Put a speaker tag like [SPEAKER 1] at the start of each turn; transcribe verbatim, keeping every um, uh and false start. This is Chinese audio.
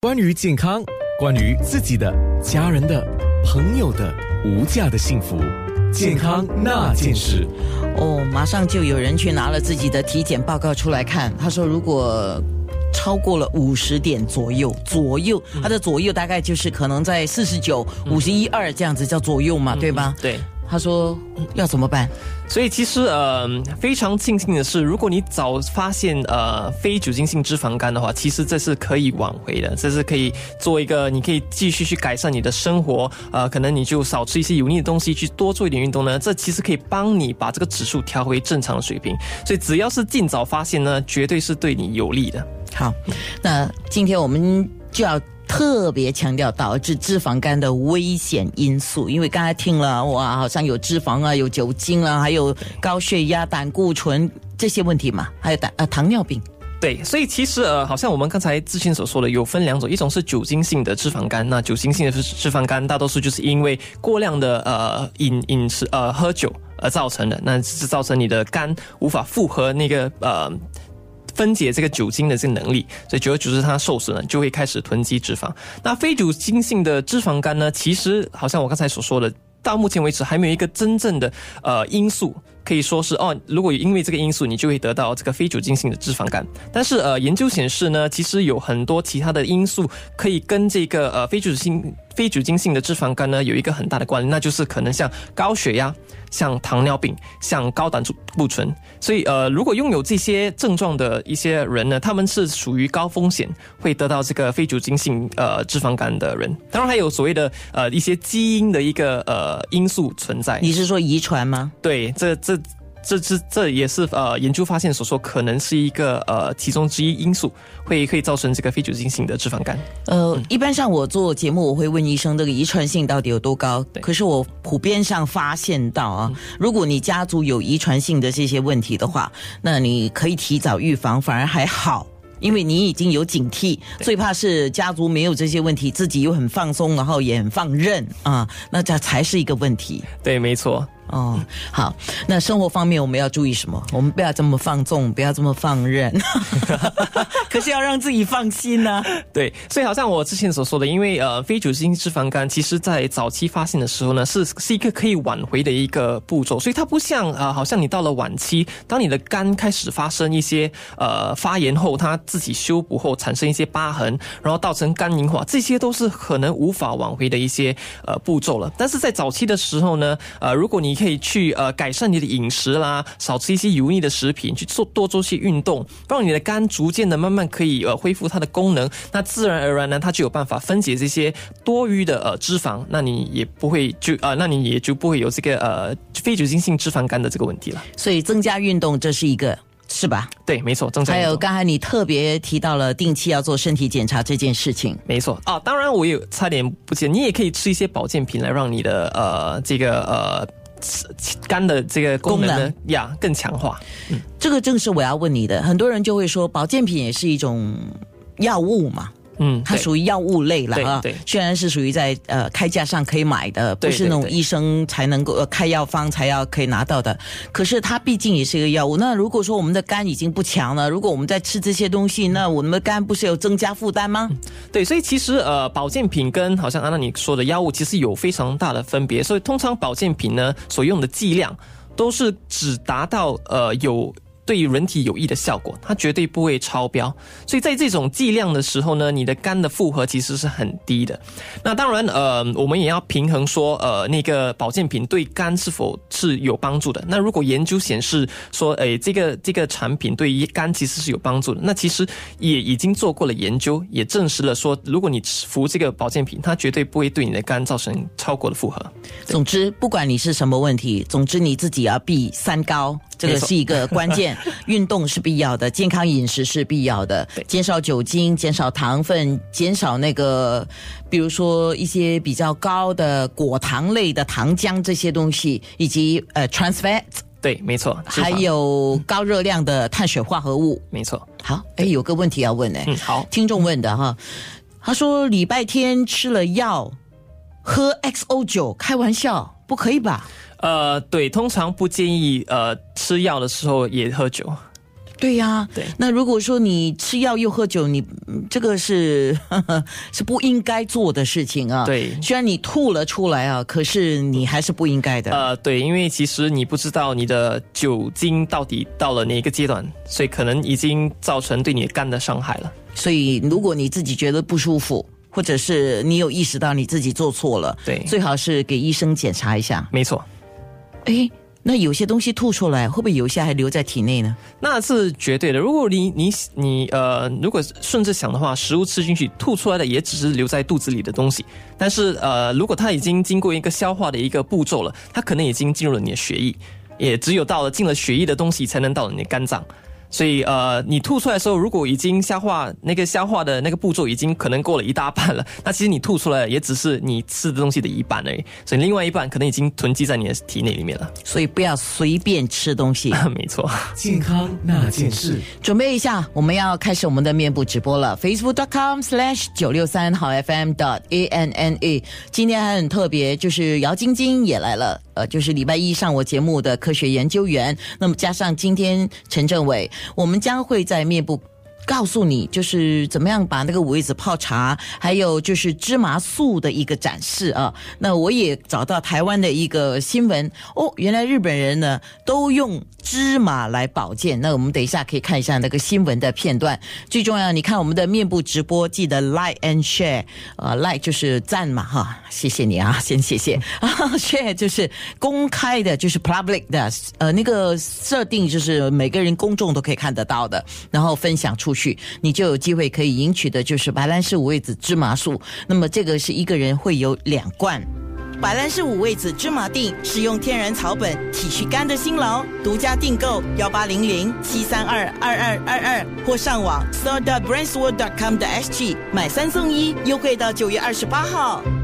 [SPEAKER 1] 关于健康，关于自己的、家人的、朋友的无价的幸福，健康那件事。
[SPEAKER 2] 哦，马上就有人去拿了自己的体检报告出来看，他说如果超过了五十点左右，左右，他的左右大概就是可能在四十九、五十一二这样子叫左右嘛，对吧？
[SPEAKER 3] 对。
[SPEAKER 2] 他说要怎么办？
[SPEAKER 3] 所以其实呃非常庆幸的是，如果你早发现呃非酒精性脂肪肝的话，其实这是可以挽回的，这是可以做一个，你可以继续去改善你的生活，呃可能你就少吃一些油腻的东西，去多做一点运动呢，这其实可以帮你把这个指数调回正常的水平。所以只要是尽早发现呢，绝对是对你有利的。
[SPEAKER 2] 好，那今天我们就要特别强调导致脂肪肝的危险因素，因为刚才听了哇，好像有脂肪啊，有酒精啊，还有高血压、胆固醇这些问题嘛，还有胆呃糖尿病。
[SPEAKER 3] 对，所以其实呃，好像我们刚才之前所说的，有分两种，一种是酒精性的脂肪肝，那酒精性的脂肪肝大多数就是因为过量的呃饮饮食呃喝酒而造成的，那是造成你的肝无法负荷那个呃。分解这个酒精的这个能力，所以久而久之它受损了，就会开始囤积脂肪。那非酒精性的脂肪肝呢，其实好像我刚才所说的，到目前为止还没有一个真正的呃因素可以说是哦，如果因为这个因素你就会得到这个非酒精性的脂肪肝。但是呃研究显示呢，其实有很多其他的因素可以跟这个呃非酒精非酒精性的脂肪肝呢有一个很大的关联，那就是可能像高血压、像糖尿病、像高胆固醇。所以呃如果拥有这些症状的一些人呢，他们是属于高风险会得到这个非酒精性呃脂肪肝的人。当然还有所谓的呃一些基因的一个呃因素存在。
[SPEAKER 2] 你是说遗传吗？
[SPEAKER 3] 对，这这这这这也是呃研究发现所说，可能是一个呃其中之一因素，会会造成这个非酒精性的脂肪肝。
[SPEAKER 2] 呃，嗯、一般上我做节目我会问医生这个遗传性到底有多高，可是我普遍上发现到啊，嗯、如果你家族有遗传性的这些问题的话，那你可以提早预防，反而还好。因为你已经有警惕，最怕是家族没有这些问题，自己又很放松，然后也很放任啊，那这才是一个问题。
[SPEAKER 3] 对，没错。
[SPEAKER 2] 哦，好，那生活方面我们要注意什么？我们不要这么放纵，不要这么放任，可是要让自己放心啊。
[SPEAKER 3] 对，所以好像我之前所说的，因为呃非酒精脂肪肝，其实在早期发现的时候呢，是是一个可以挽回的一个步骤，所以它不像呃好像你到了晚期，当你的肝开始发生一些呃发炎后，它自己修补后产生一些疤痕，然后造成肝硬化，这些都是可能无法挽回的一些呃步骤了。但是在早期的时候呢，呃如果你可以去呃改善你的饮食啦，少吃一些油腻的食品，去做多做些运动，让你的肝逐渐的慢慢可以呃恢复它的功能，那自然而然呢，它就有办法分解这些多余的呃脂肪，那你也不会就呃那你也就不会有这个呃非酒精性脂肪肝的这个问题了。
[SPEAKER 2] 所以增加运动这是一个。是吧？
[SPEAKER 3] 对，没错，增加运动。
[SPEAKER 2] 还有刚才你特别提到了定期要做身体检查这件事情，
[SPEAKER 3] 没错啊。当然我也差点不记得，你也可以吃一些保健品来让你的呃这个呃肝的这个功能呢呀更强化。
[SPEAKER 2] 嗯，这个正是我要问你的。很多人就会说，保健品也是一种药物嘛。嗯，它属于药物类了啊。对，虽然是属于在呃开架上可以买的，不是那种医生才能够、呃、开药方才要可以拿到的。可是它毕竟也是一个药物。那如果说我们的肝已经不强了，如果我们在吃这些东西，那我们的肝不是有增加负担吗？
[SPEAKER 3] 嗯、对，所以其实呃保健品跟好像安娜你说的药物其实有非常大的分别。所以通常保健品呢所用的剂量都是只达到呃有。对人体有益的效果，它绝对不会超标。所以在这种剂量的时候呢，你的肝的负荷其实是很低的。那当然呃我们也要平衡说呃那个保健品对肝是否是有帮助的。那如果研究显示说诶这个这个产品对于肝其实是有帮助的，那其实也已经做过了研究，也证实了说如果你服这个保健品，它绝对不会对你的肝造成超过的负荷。
[SPEAKER 2] 总之不管你是什么问题，总之你自己要避三高，这个是一个关键。运动是必要的，健康饮食是必要的，减少酒精，减少糖分，减少那个比如说一些比较高的果糖类的糖浆这些东西，以及呃 trans fat。
[SPEAKER 3] 对，没错，
[SPEAKER 2] 还有高热量的碳水化合物。
[SPEAKER 3] 没错。
[SPEAKER 2] 好，哎，有个问题要问哎，
[SPEAKER 3] 嗯，好，
[SPEAKER 2] 听众问的哈，他说礼拜天吃了药，喝 X O 酒，开玩笑，不可以吧？
[SPEAKER 3] 呃，对，通常不建议呃吃药的时候也喝酒。
[SPEAKER 2] 对呀、啊，
[SPEAKER 3] 对。
[SPEAKER 2] 那如果说你吃药又喝酒，你这个是呵呵是不应该做的事情啊。
[SPEAKER 3] 对，
[SPEAKER 2] 虽然你吐了出来啊，可是你还是不应该的。
[SPEAKER 3] 呃，对，因为其实你不知道你的酒精到底到了哪一个阶段，所以可能已经造成对你的肝的伤害了。
[SPEAKER 2] 所以如果你自己觉得不舒服，或者是你有意识到你自己做错了，
[SPEAKER 3] 对，
[SPEAKER 2] 最好是给医生检查一下。
[SPEAKER 3] 没错。
[SPEAKER 2] 诶，那有些东西吐出来，会不会有一些还留在体内呢？
[SPEAKER 3] 那是绝对的。如果你你你呃，如果顺着想的话，食物吃进去吐出来的也只是留在肚子里的东西。但是呃，如果它已经经过一个消化的一个步骤了，它可能已经进入了你的血液，也只有到了进了血液的东西才能到了你的肝脏。所以呃，你吐出来的时候，如果已经消化那个消化的那个步骤已经可能过了一大半了，那其实你吐出来也只是你吃的东西的一半而已，所以另外一半可能已经囤积在你的体内里面了。
[SPEAKER 2] 所以不要随便吃东西。
[SPEAKER 3] 没错。
[SPEAKER 1] 健康那件事，
[SPEAKER 2] 准备一下，我们要开始我们的面部直播了 facebook dot com slash 九六三好 F M dot A N N A。 今天还很特别，就是姚晶晶也来了，呃，就是礼拜一上我节目的科学研究员，那么加上今天陈政伟，我们将会在面部告诉你就是怎么样把那个五味子泡茶，还有就是芝麻素的一个展示啊。那我也找到台湾的一个新闻哦，原来日本人呢都用芝麻来保健。那我们等一下可以看一下那个新闻的片段。最重要，你看我们的面部直播，记得 like and share， 呃 like 就是赞嘛哈，谢谢你啊，先谢谢啊，share 就是公开的，就是 public 的，呃那个设定就是每个人公众都可以看得到的，然后分享出去，你就有机会可以赢取的就是白兰氏五味子芝麻素。那么这个是一个人会有两罐。白兰氏五味子芝麻锭，使用天然草本，体恤肝的辛劳，独家订购幺八零零七三二二二二二，或上网 store dot brainsworld dot com 的 S G 买三送一，优惠到九月二十八号。